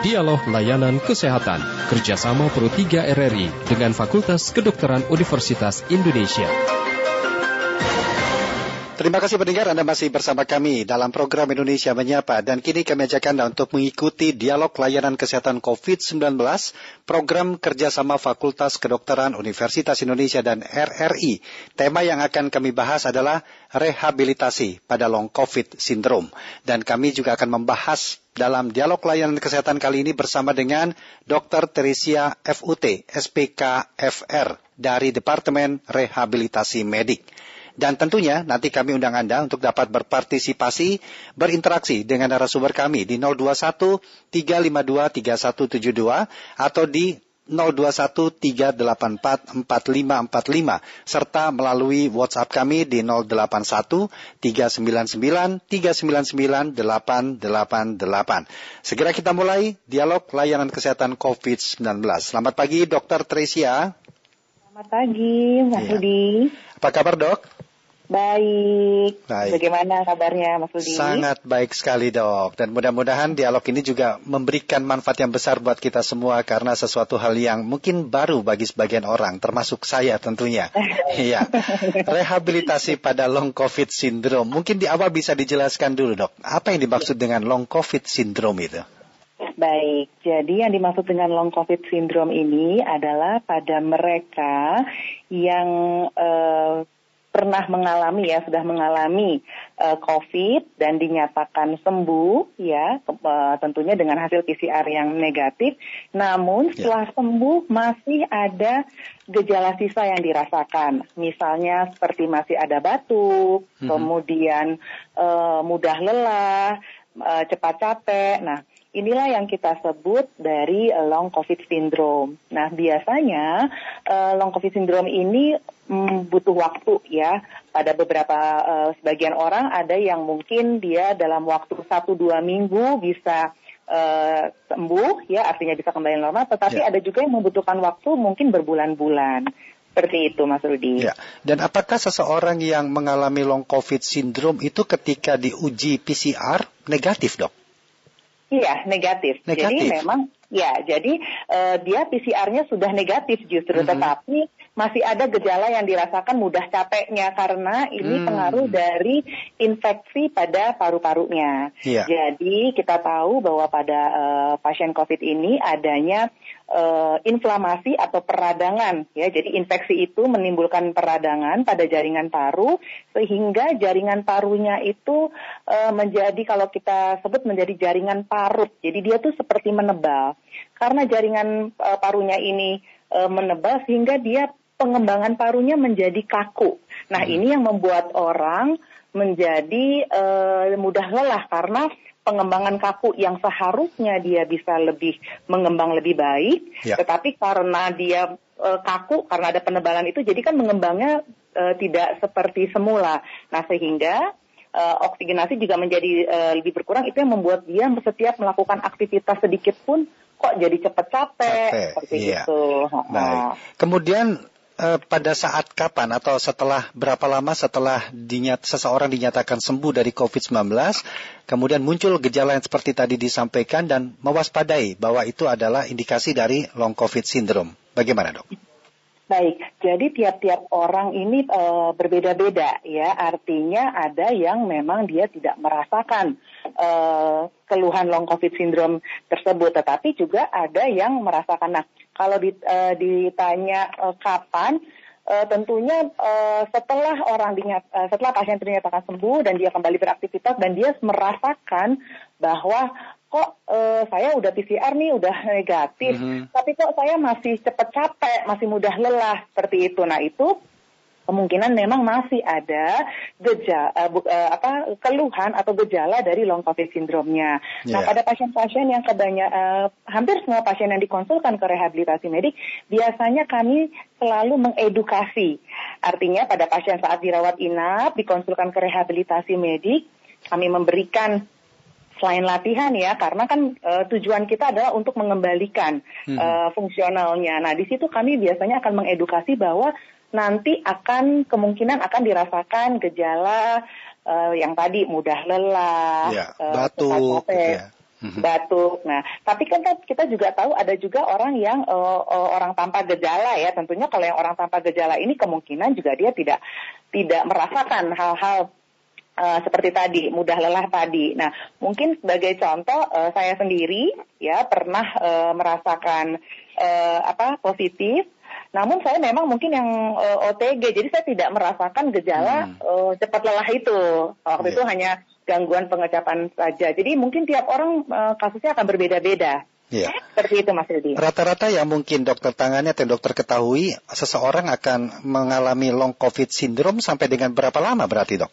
Dialog Layanan Kesehatan kerjasama Pro 3 RRI dengan Fakultas Kedokteran Universitas Indonesia. Terima kasih pendengar, Anda masih bersama kami dalam program Indonesia Menyapa, dan kini kami ajak Anda untuk mengikuti Dialog Layanan Kesehatan COVID-19 program kerjasama Fakultas Kedokteran Universitas Indonesia dan RRI. Tema yang akan kami bahas adalah rehabilitasi pada long COVID syndrome, dan kami juga akan membahas dalam Dialog Layanan Kesehatan kali ini bersama dengan Dr. Teresia FUT, SPK FR dari Departemen Rehabilitasi Medik. Dan tentunya nanti kami undang Anda untuk dapat berpartisipasi, berinteraksi dengan narasumber kami di 021 352 3172 atau di 021 384 4545 serta melalui WhatsApp kami di 081 399 399 888. Segera kita mulai Dialog Layanan Kesehatan COVID-19. Selamat pagi Dr. Teresia. Selamat pagi Mas Rudi. Apa kabar Dok? Baik. Bagaimana kabarnya Mas Rudi? Sangat baik sekali Dok. Dan mudah-mudahan dialog ini juga memberikan manfaat yang besar buat kita semua karena sesuatu hal yang mungkin baru bagi sebagian orang, termasuk saya tentunya. Iya. Rehabilitasi pada long COVID syndrome. Mungkin di awal bisa dijelaskan dulu Dok. Apa yang dimaksud dengan long COVID syndrome itu? Baik, jadi yang dimaksud dengan long COVID syndrome ini adalah pada mereka yang sudah mengalami COVID dan dinyatakan sembuh, ya, tentunya dengan hasil PCR yang negatif. Namun setelah sembuh masih ada gejala sisa yang dirasakan, misalnya seperti masih ada batuk, kemudian mudah lelah, cepat capek. Nah, inilah yang kita sebut dari long COVID syndrome. Nah, biasanya long COVID syndrome ini butuh waktu ya. Pada beberapa sebagian orang ada yang mungkin dia dalam waktu 1-2 minggu bisa sembuh ya, artinya bisa kembali normal. Tetapi ada juga yang membutuhkan waktu mungkin berbulan-bulan. Seperti itu Mas Rudi. Ya. Dan apakah seseorang yang mengalami long COVID syndrome itu ketika diuji PCR negatif Dok? Iya, negatif. Jadi memang, jadi dia PCR-nya sudah negatif justru, tetapi masih ada gejala yang dirasakan mudah capeknya karena ini pengaruh dari infeksi pada paru-parunya. Jadi kita tahu bahwa pada pasien COVID ini adanya inflamasi atau peradangan, ya. Jadi infeksi itu menimbulkan peradangan pada jaringan paru sehingga jaringan parunya itu menjadi, kalau kita sebut menjadi jaringan parut. Jadi dia tuh seperti menebal. Karena jaringan parunya ini menebal sehingga dia pengembangan parunya menjadi kaku. Nah, ini yang membuat orang menjadi mudah lelah karena pengembangan kaku yang seharusnya dia bisa mengembang lebih baik, tetapi karena dia kaku, karena ada penebalan itu, jadi kan mengembangnya tidak seperti semula. Nah, sehingga oksigenasi juga menjadi lebih berkurang. Itu yang membuat dia setiap melakukan aktivitas sedikit pun kok jadi cepat capek. Seperti itu. Baik. Kemudian pada saat kapan atau berapa lama setelah seseorang dinyatakan sembuh dari COVID-19, kemudian muncul gejala yang seperti tadi disampaikan dan mewaspadai bahwa itu adalah indikasi dari long COVID syndrome. Bagaimana Dok? Baik, jadi tiap-tiap orang ini berbeda-beda ya. Artinya ada yang memang dia tidak merasakan keluhan long COVID syndrome tersebut, tetapi juga ada yang merasakan. Nah, kalau ditanya kapan, tentunya setelah setelah pasien dinyatakan sembuh dan dia kembali beraktivitas dan dia merasakan bahwa kok saya udah PCR nih, udah negatif, tapi kok saya masih cepat capek, masih mudah lelah, seperti itu. Nah, itu kemungkinan memang masih ada keluhan atau gejala dari long COVID syndrome-nya. Nah, pada pasien-pasien yang hampir semua pasien yang dikonsulkan ke rehabilitasi medik, biasanya kami selalu mengedukasi. Artinya pada pasien saat dirawat inap, dikonsulkan ke rehabilitasi medik, kami memberikan selain latihan ya, karena kan tujuan kita adalah untuk mengembalikan fungsionalnya. Nah, di situ kami biasanya akan mengedukasi bahwa nanti kemungkinan akan dirasakan gejala yang tadi mudah lelah, batuk, batuk. Nah, tapi kan kita juga tahu ada juga orang yang orang tanpa gejala ya. Tentunya kalau yang orang tanpa gejala ini kemungkinan juga dia tidak merasakan hal-hal seperti tadi, mudah lelah tadi. Nah, mungkin sebagai contoh saya sendiri ya pernah merasakan positif. Namun saya memang mungkin yang OTG, jadi saya tidak merasakan gejala cepat lelah itu. Waktu itu hanya gangguan pengecapan saja. Jadi mungkin tiap orang kasusnya akan berbeda-beda. Iya. Seperti itu Mas Yudi. Rata-rata yang mungkin dokter tangani atau dokter ketahui, seseorang akan mengalami long COVID syndrome sampai dengan berapa lama berarti dok?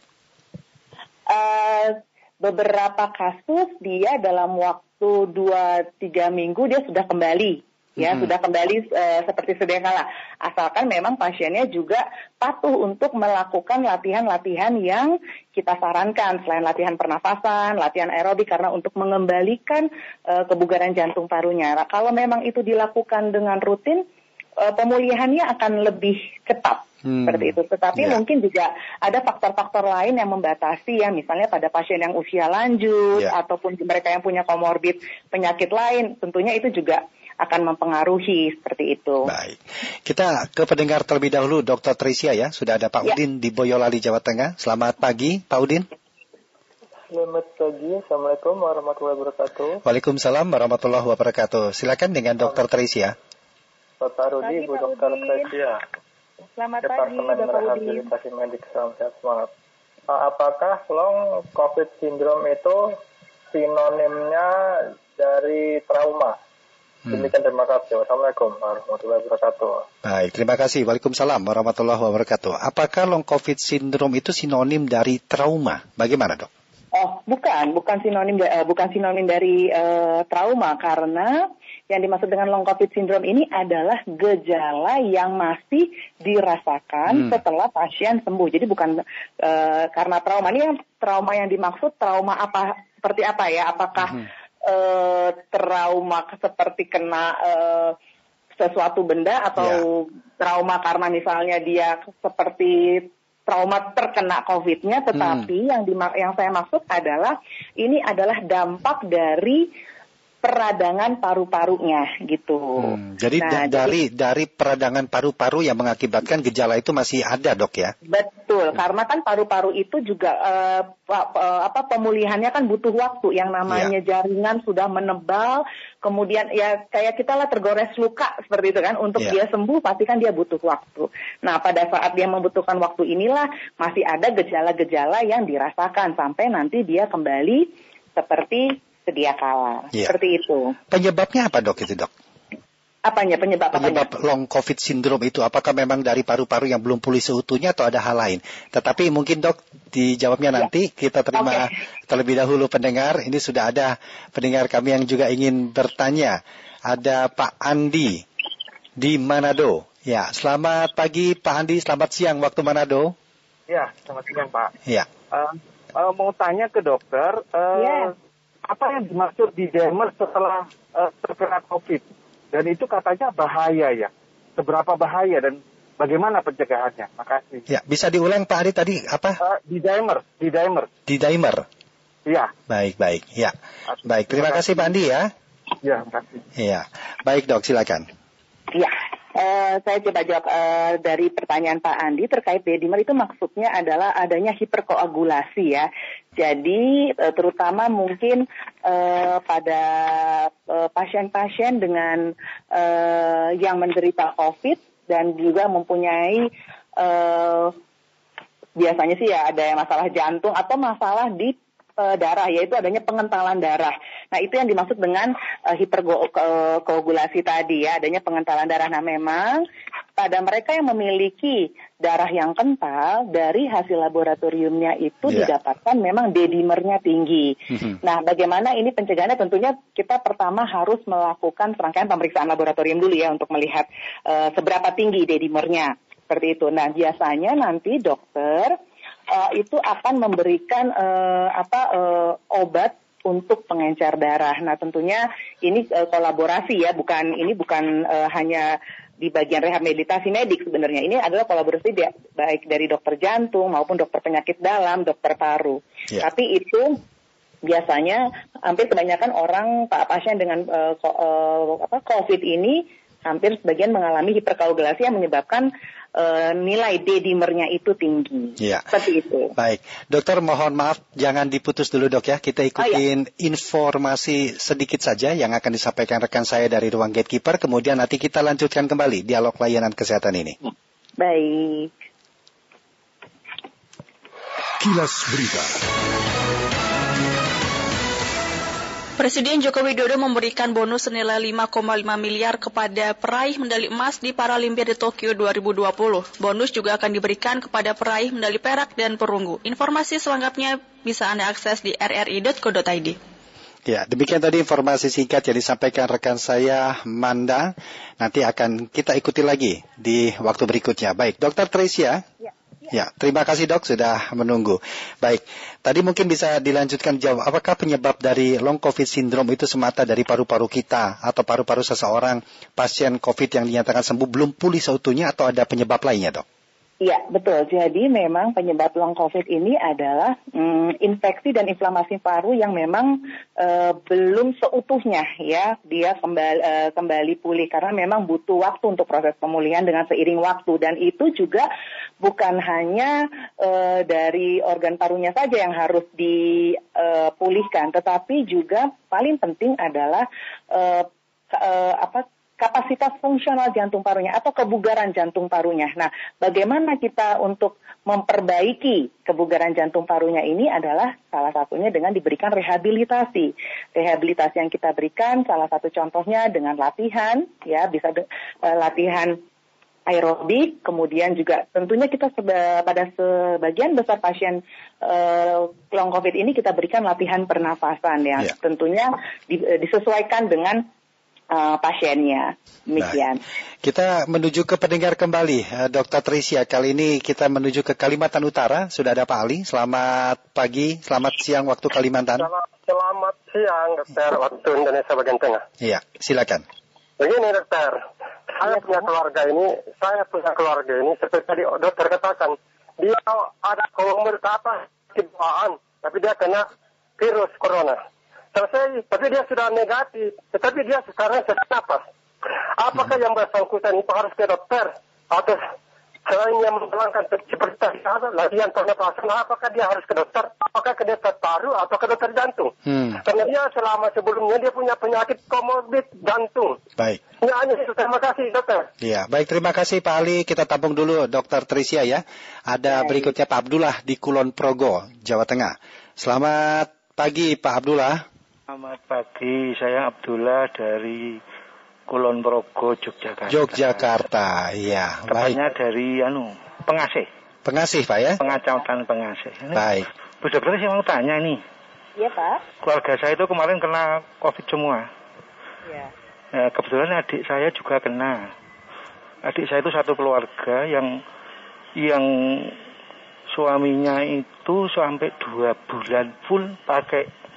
Beberapa kasus dia dalam waktu 2-3 minggu dia sudah kembali. Ya, sudah kembali seperti sedia kala. Asalkan memang pasiennya juga patuh untuk melakukan latihan-latihan yang kita sarankan. Selain latihan pernafasan, latihan aerobik, karena untuk mengembalikan kebugaran jantung parunya. Nah, kalau memang itu dilakukan dengan rutin, pemulihannya akan lebih cepat. Seperti itu. Tetapi mungkin juga ada faktor-faktor lain yang membatasi ya, misalnya pada pasien yang usia lanjut ataupun mereka yang punya komorbid penyakit lain, tentunya itu juga akan mempengaruhi seperti itu. Baik. Kita ke pendengar terlebih dahulu, Dr. Trisia ya. Sudah ada Pak Udin di Boyolali, Jawa Tengah. Selamat pagi, Pak Udin. Selamat pagi, Assalamualaikum warahmatullahi wabarakatuh. Waalaikumsalam warahmatullahi wabarakatuh. Silakan dengan Dr. Trisia. Pak Rudi, Bu Dr. Trisia. Selamat pagi, Departemen Rehabilitasi Medik, salam sehat semangat. Apakah long COVID syndrome itu sinonimnya dari trauma? Demikian, terima kasih. Wassalamualaikum warahmatullahi wabarakatuh. Baik, terima kasih. Waalaikumsalam warahmatullahi wabarakatuh. Apakah long COVID syndrome itu sinonim dari trauma? Bagaimana dok? Oh, bukan sinonim dari trauma, karena yang dimaksud dengan long COVID syndrome ini adalah gejala yang masih dirasakan setelah pasien sembuh. Jadi bukan karena trauma. Ini yang trauma yang dimaksud trauma apa? Seperti apa ya? Apakah trauma seperti kena sesuatu benda atau trauma karena misalnya dia seperti trauma terkena COVID-nya, tetapi yang saya maksud adalah ini adalah dampak dari peradangan paru-parunya gitu. Jadi dari peradangan paru-paru yang mengakibatkan gejala itu masih ada dok ya? Betul, karena kan paru-paru itu juga pemulihannya kan butuh waktu. Yang namanya jaringan sudah menebal, kemudian ya kayak kita lah tergores luka seperti itu kan. Untuk dia sembuh pasti kan dia butuh waktu. Nah, pada saat dia membutuhkan waktu inilah masih ada gejala-gejala yang dirasakan sampai nanti dia kembali seperti sedia kala. Seperti itu. Penyebabnya apa dok itu dok? Apanya? Penyebab long COVID syndrome itu apakah memang dari paru-paru yang belum pulih seutuhnya atau ada hal lain? Tetapi mungkin dok dijawabnya nanti. Kita terima terlebih dahulu pendengar. Ini sudah ada pendengar kami yang juga ingin bertanya. Ada Pak Andi di Manado. Ya, selamat pagi Pak Andi, selamat siang waktu Manado. Ya, selamat siang Pak. Ya. Mau tanya ke dokter. Apa yang dimaksud D-dimer setelah terkena COVID? Dan itu katanya bahaya ya. Seberapa bahaya dan bagaimana pencegahannya? Makasih. Ya, bisa diulang Pak Adi tadi apa? D-dimer. D-dimer. Iya. Baik. Ya. Baik, terima kasih Pak Andi ya. Ya, terima kasih. Iya. Baik dok, silakan. Ya. Saya coba jawab dari pertanyaan Pak Andi terkait D-dimer itu maksudnya adalah adanya hiperkoagulasi ya. Jadi terutama mungkin pada pasien-pasien dengan yang menderita COVID dan juga mempunyai biasanya sih ya ada masalah jantung atau masalah di darah, yaitu adanya pengentalan darah. Nah, itu yang dimaksud dengan hiperkoagulasi tadi ya, adanya pengentalan darah. Nah, memang pada mereka yang memiliki darah yang kental, dari hasil laboratoriumnya itu didapatkan memang D-dimernya tinggi. Nah, bagaimana ini pencegahannya? Tentunya kita pertama harus melakukan serangkaian pemeriksaan laboratorium dulu ya untuk melihat seberapa tinggi D-dimernya. Seperti itu. Nah, biasanya nanti dokter itu akan memberikan obat untuk pengencer darah. Nah, tentunya ini kolaborasi ya, bukan hanya di bagian rehabilitasi medik sebenarnya. Ini adalah kolaborasi baik dari dokter jantung maupun dokter penyakit dalam, dokter paru. Tapi itu biasanya hampir kebanyakan orang pasien dengan COVID ini hampir sebagian mengalami hiperkoagulasi yang menyebabkan nilai D-dimernya itu tinggi. Ya. Seperti itu. Baik, dokter mohon maaf jangan diputus dulu dok ya. Kita ikutin informasi sedikit saja yang akan disampaikan rekan saya dari ruang Gatekeeper. Kemudian nanti kita lanjutkan kembali dialog layanan kesehatan ini. Baik. Kilas Berita. Presiden Joko Widodo memberikan bonus senilai 5,5 miliar kepada peraih medali emas di Paralimpiade Tokyo 2020. Bonus juga akan diberikan kepada peraih medali perak dan perunggu. Informasi selengkapnya bisa Anda akses di rri.co.id. Ya, demikian tadi informasi singkat yang disampaikan rekan saya Manda. Nanti akan kita ikuti lagi di waktu berikutnya. Baik, Dr. Tresia. Ya, terima kasih dok sudah menunggu. Baik, tadi mungkin bisa dilanjutkan jawab. Apakah penyebab dari long COVID syndrome itu semata dari paru-paru kita atau paru-paru seseorang pasien COVID yang dinyatakan sembuh belum pulih seutuhnya atau ada penyebab lainnya dok? Iya, betul. Jadi memang penyebab long COVID ini adalah infeksi dan inflamasi paru yang memang belum seutuhnya ya dia kembali pulih karena memang butuh waktu untuk proses pemulihan dengan seiring waktu, dan itu juga bukan hanya dari organ parunya saja yang harus dipulihkan, tetapi juga paling penting adalah kapasitas fungsional jantung parunya atau kebugaran jantung parunya. Nah, bagaimana kita untuk memperbaiki kebugaran jantung parunya ini adalah salah satunya dengan diberikan rehabilitasi. Rehabilitasi yang kita berikan salah satu contohnya dengan latihan, ya bisa latihan aerobik, kemudian juga tentunya kita pada sebagian besar pasien long COVID ini kita berikan latihan pernafasan ya. Tentunya disesuaikan dengan pasiennya. Demikian. Kita menuju ke pendengar kembali, Dr. Tresia. Kali ini kita menuju ke Kalimantan Utara. Sudah ada Pak Ali. Selamat pagi, selamat siang waktu Kalimantan. Selamat siang, dokter, waktu Indonesia bagian tengah. Iya, silakan. Begini, dokter. Saya punya keluarga ini seperti tadi dokter katakan, dia ada komorbid bawaan, tapi dia kena virus corona. Selesai, tapi dia sudah negatif, tetapi dia sekarang sesak napas. Apakah yang bersangkutan itu harus ke dokter? Atau selain yang menghilangkan seperti latihan pernapasan, apakah dia harus ke dokter? Apakah ke dokter paru atau ke dokter jantung? Karena dia selama sebelumnya dia punya penyakit komorbid jantung. Baik. Ya, terima kasih dokter. Iya, baik, terima kasih Pak Ali. Kita tampung dulu Dr. Tresia ya. Ada berikutnya Pak Abdullah di Kulon Progo, Jawa Tengah. Selamat pagi Pak Abdullah. Selamat pagi, saya Abdullah dari Kulon Progo, Yogyakarta. Yogyakarta, iya. Tepatnya dari Pengasih. Pengasih Pak ya? Pengacauan Pengasih. Baik. Bu dokter, saya mau tanya nih. Iya Pak. Keluarga saya itu kemarin kena COVID semua. Iya. Nah, kebetulan adik saya juga kena. Adik saya itu satu keluarga yang suaminya itu sampai 2 bulan full pakai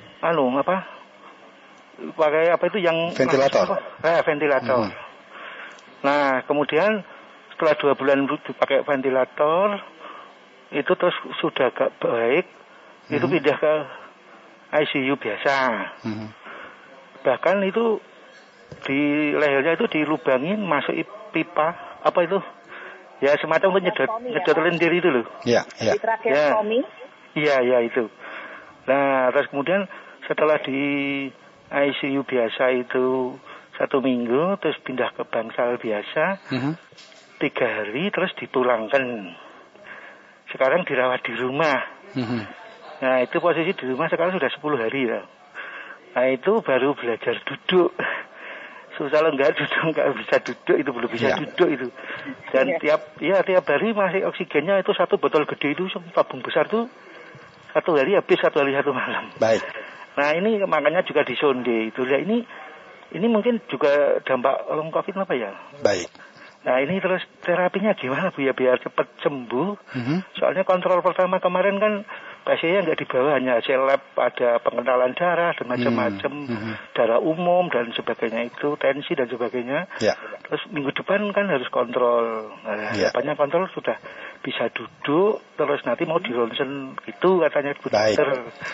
pakai apa itu yang ventilator. Ventilator. Nah, kemudian setelah 2 bulan dipakai ventilator, itu terus sudah agak baik, itu pindah ke ICU biasa. Bahkan itu di lehernya itu dilubangin, masuk pipa, apa itu? Ya semacam nyedot lendir itu loh. Iya, iya. Di tracheostomi? Iya, itu. Nah, terus kemudian setelah di ICU biasa itu 1 minggu, terus pindah ke bangsal biasa, 3 hari, terus dipulangkan. Sekarang dirawat di rumah. Nah, itu posisi di rumah sekarang sudah 10 hari ya. Nah, itu baru belajar duduk. Susah lo nggak bisa duduk, itu belum bisa duduk itu. Dan tiap hari masih oksigennya itu 1 botol gede itu, tabung besar tuh 1 hari habis, 1 hari 1 malam. Baik. Nah, ini makanya juga disonde itu. Ya, ini mungkin juga dampak long COVID apa ya? Baik. Nah, ini terus terapinya gimana Bu ya biar cepat sembuh? Soalnya kontrol pertama kemarin kan pasiennya nggak dibawa, hanya hasil lab, ada pengenalan darah dan macam-macam, darah umum dan sebagainya itu, tensi dan sebagainya. Ya. Terus minggu depan kan harus kontrol. Nah, harapannya kontrol sudah bisa duduk, terus nanti mau di ronsen gitu katanya Bu dokter.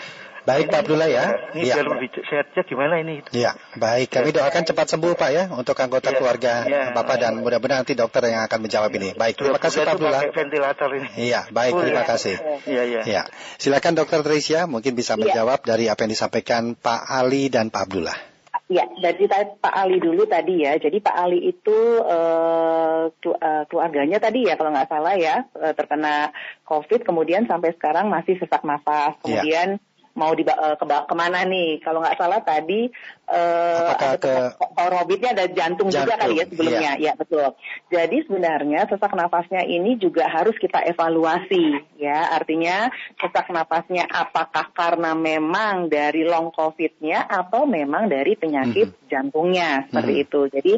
Baik Pak Abdullah ya. Ini biar lebih sehatnya gimana ini? Iya, baik. Kami doakan cepat sembuh Pak ya untuk anggota keluarga Bapak dan mudah-mudahan nanti dokter yang akan menjawab ini. Baik, terima kasih Pak Abdullah. Ventilator ini. Iya, baik, terima kasih. Iya. Silakan Dokter Tricia mungkin bisa menjawab dari apa yang disampaikan Pak Ali dan Pak Abdullah. Ya, dari Pak Ali dulu tadi ya. Jadi Pak Ali itu keluarganya tadi ya kalau nggak salah ya terkena COVID, kemudian sampai sekarang masih sesak nafas. Kemudian mau kemana nih? Kalau nggak salah tadi komorbidnya ada jantung juga kali ya sebelumnya. Ya betul. Jadi sebenarnya sesak nafasnya ini juga harus kita evaluasi ya. Artinya sesak nafasnya apakah karena memang dari long COVID-nya atau memang dari penyakit jantungnya seperti itu. Jadi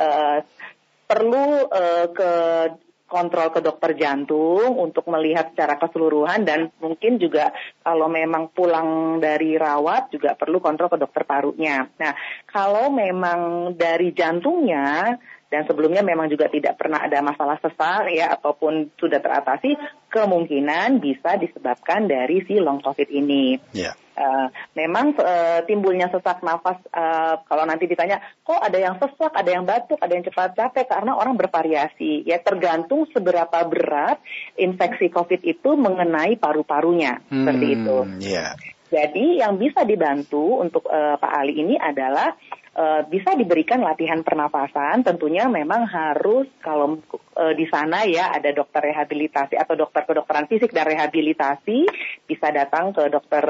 perlu kontrol ke dokter jantung untuk melihat secara keseluruhan dan mungkin juga kalau memang pulang dari rawat juga perlu kontrol ke dokter parunya. Nah, kalau memang dari jantungnya dan sebelumnya memang juga tidak pernah ada masalah sesak ya ataupun sudah teratasi, kemungkinan bisa disebabkan dari si long COVID ini. Yeah. Memang timbulnya sesak nafas kalau nanti ditanya kok ada yang sesak, ada yang batuk, ada yang cepat capek karena orang bervariasi ya tergantung seberapa berat infeksi COVID itu mengenai paru-parunya seperti itu. Yeah. Jadi yang bisa dibantu untuk Pak Ali ini adalah bisa diberikan latihan pernafasan, tentunya memang harus kalau di sana ya ada dokter rehabilitasi atau dokter kedokteran fisik dan rehabilitasi bisa datang ke dokter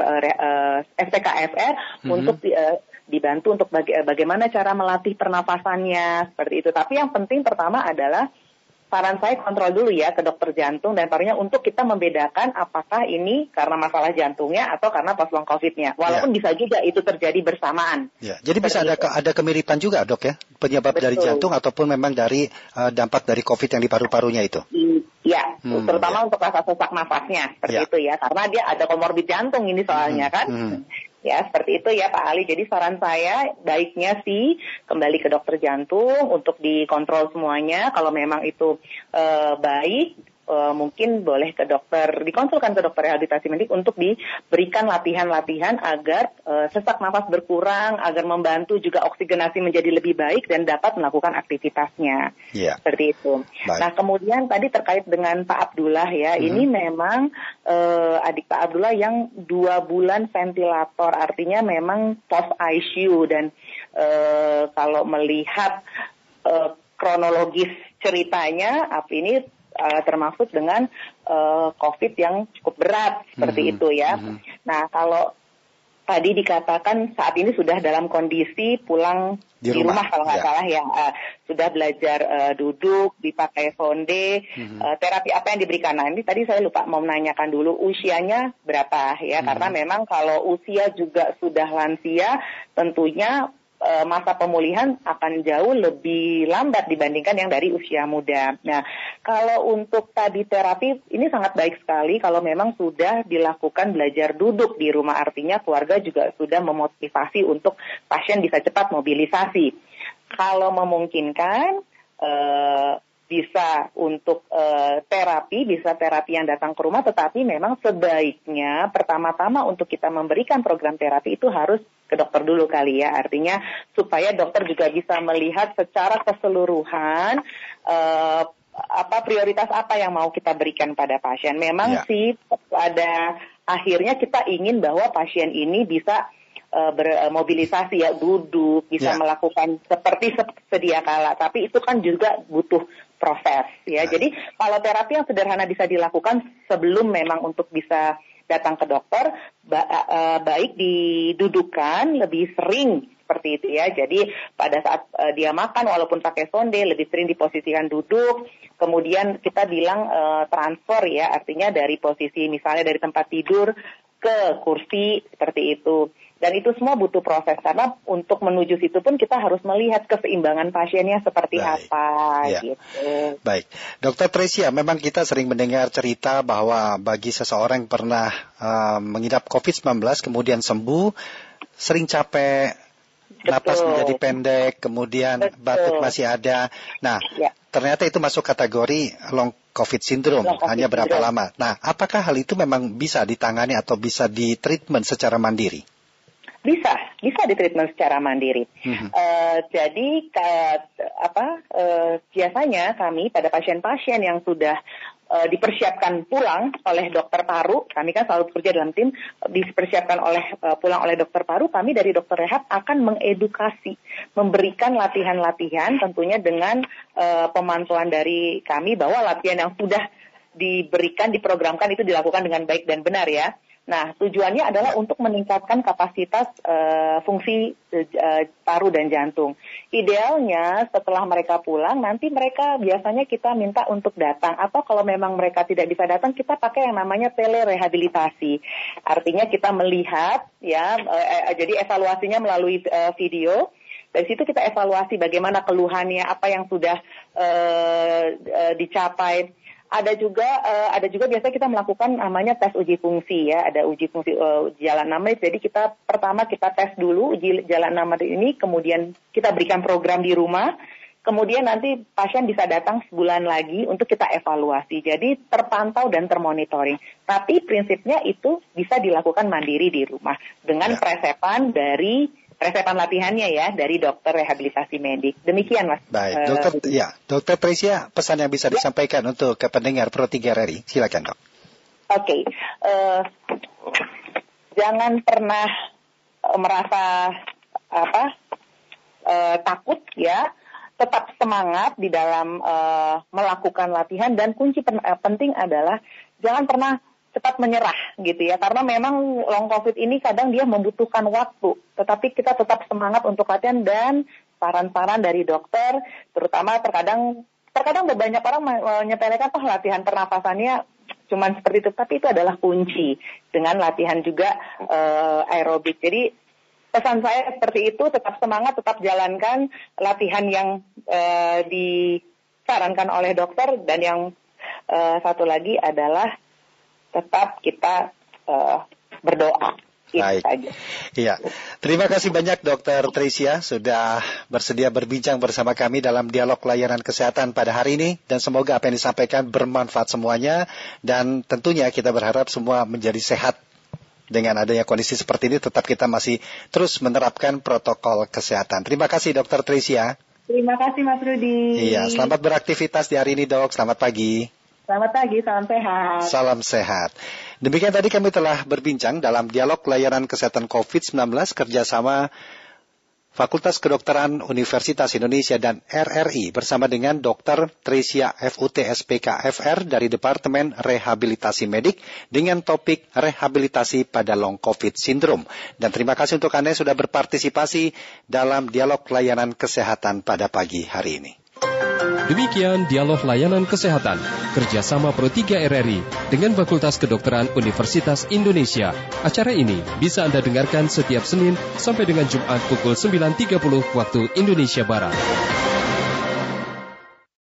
SPKFR untuk dibantu untuk bagaimana cara melatih pernafasannya seperti itu. Tapi yang penting pertama adalah saran saya kontrol dulu ya ke dokter jantung dan parunya untuk kita membedakan apakah ini karena masalah jantungnya atau karena pas long COVID-nya. Walaupun bisa juga itu terjadi bersamaan. Ya, jadi bisa ada kemiripan juga dok ya penyebab dari jantung ataupun memang dari dampak dari COVID yang di paru-parunya itu. Iya, terutama untuk rasa sesak nafasnya seperti itu ya karena dia ada komorbid jantung ini soalnya kan. Ya, seperti itu ya Pak Ali. Jadi saran saya baiknya sih kembali ke dokter jantung untuk dikontrol semuanya. Kalau memang itu baik, mungkin boleh ke dokter, dikonsulkan ke dokter rehabilitasi medik untuk diberikan latihan-latihan agar sesak nafas berkurang, agar membantu juga oksigenasi menjadi lebih baik dan dapat melakukan aktivitasnya. Seperti itu. Baik. Nah, kemudian tadi terkait dengan Pak Abdullah ya, ini memang adik Pak Abdullah yang 2 bulan ventilator, artinya memang post ICU dan kalau melihat kronologis ceritanya, ini termasuk dengan COVID yang cukup berat seperti itu ya. Nah, kalau tadi dikatakan saat ini sudah dalam kondisi pulang di rumah kalau nggak salah ya, sudah belajar duduk, dipakai sonde, terapi apa yang diberikan. Nah, ini tadi saya lupa mau menanyakan dulu usianya berapa ya, karena memang kalau usia juga sudah lansia tentunya masa pemulihan akan jauh lebih lambat dibandingkan yang dari usia muda. Nah, kalau untuk tadi terapi ini sangat baik sekali kalau memang sudah dilakukan belajar duduk di rumah, artinya keluarga juga sudah memotivasi untuk pasien bisa cepat mobilisasi. Kalau memungkinkan bisa untuk terapi yang datang ke rumah, tetapi memang sebaiknya pertama-tama untuk kita memberikan program terapi itu harus ke dokter dulu kali ya, artinya supaya dokter juga bisa melihat secara keseluruhan prioritas apa yang mau kita berikan pada pasien. Memang sih pada akhirnya kita ingin bahwa pasien ini bisa bermobilisasi ya, duduk, bisa melakukan seperti sedia kala, tapi itu kan juga butuh proses ya. Jadi kalau terapi yang sederhana bisa dilakukan sebelum memang untuk bisa datang ke dokter, baik didudukkan lebih sering seperti itu ya. Jadi pada saat dia makan walaupun pakai sonde lebih sering diposisikan duduk. Kemudian kita bilang transfer ya, artinya dari posisi misalnya dari tempat tidur ke kursi seperti itu. Dan itu semua butuh proses karena untuk menuju situ pun kita harus melihat keseimbangan pasiennya seperti apa gitu. Baik, Dokter Tricia, memang kita sering mendengar cerita bahwa bagi seseorang yang pernah mengidap COVID-19 kemudian sembuh, sering capek, napas menjadi pendek, kemudian batuk masih ada. Nah, ternyata itu masuk kategori long COVID syndrome, hanya berapa lama. Nah, apakah hal itu memang bisa ditangani atau bisa ditreatment secara mandiri? Bisa ditreatment secara mandiri. Jadi biasanya kami pada pasien-pasien yang sudah dipersiapkan pulang oleh dokter paru, kami kan selalu bekerja dalam tim, dipersiapkan pulang oleh dokter paru, kami dari dokter rehab akan mengedukasi, memberikan latihan-latihan tentunya dengan pemantauan dari kami bahwa latihan yang sudah diprogramkan itu dilakukan dengan baik dan benar ya. Nah, tujuannya adalah untuk meningkatkan kapasitas fungsi paru dan jantung. Idealnya setelah mereka pulang, nanti mereka biasanya kita minta untuk datang. Atau kalau memang mereka tidak bisa datang, kita pakai yang namanya telerehabilitasi. Artinya kita melihat, jadi evaluasinya melalui video. Dari situ kita evaluasi bagaimana keluhannya, apa yang sudah dicapai. Ada juga biasanya kita melakukan namanya tes uji fungsi ya, ada uji fungsi jalan namas. Jadi pertama kita tes dulu uji jalan namas ini, kemudian kita berikan program di rumah, kemudian nanti pasien bisa datang sebulan lagi untuk kita evaluasi. Jadi terpantau dan termonitoring. Tapi prinsipnya itu bisa dilakukan mandiri di rumah dengan presepan latihannya ya dari dokter rehabilitasi medik. Demikian Mas. Baik, Dokter Tresia, pesan yang bisa disampaikan untuk ke pendengar Pro 3 RRI. Silakan, Dok. Oke. Jangan pernah merasa takut ya. Tetap semangat di dalam melakukan latihan, dan kunci penting adalah jangan pernah cepat menyerah gitu ya, karena memang long COVID ini kadang dia membutuhkan waktu, tetapi kita tetap semangat untuk latihan dan saran-saran dari dokter, terutama terkadang banyak orang menyepelekan latihan pernafasannya cuman seperti itu, tapi itu adalah kunci dengan latihan juga aerobik. Jadi pesan saya seperti itu, tetap semangat, tetap jalankan latihan yang disarankan oleh dokter, dan yang satu lagi adalah tetap kita berdoa. Baik. Iya. Terima kasih banyak Dokter Tresia sudah bersedia berbincang bersama kami dalam dialog layanan kesehatan pada hari ini, dan semoga apa yang disampaikan bermanfaat semuanya, dan tentunya kita berharap semua menjadi sehat. Dengan adanya kondisi seperti ini, tetap kita masih terus menerapkan protokol kesehatan. Terima kasih Dokter Tresia. Terima kasih Mas Rudi. Iya, selamat beraktivitas di hari ini Dok. Selamat pagi. Selamat pagi, salam sehat. Salam sehat. Demikian tadi kami telah berbincang dalam dialog layanan kesehatan COVID-19 kerjasama Fakultas Kedokteran Universitas Indonesia dan RRI bersama dengan Dr. Tresia FUT SPK FR dari Departemen Rehabilitasi Medik dengan topik rehabilitasi pada long COVID syndrome. Dan terima kasih untuk Anda yang sudah berpartisipasi dalam dialog layanan kesehatan pada pagi hari ini. Demikian dialog layanan kesehatan kerjasama Pro 3 RRI dengan Fakultas Kedokteran Universitas Indonesia. Acara ini bisa Anda dengarkan setiap Senin sampai dengan Jumat pukul 9.30 waktu Indonesia Barat.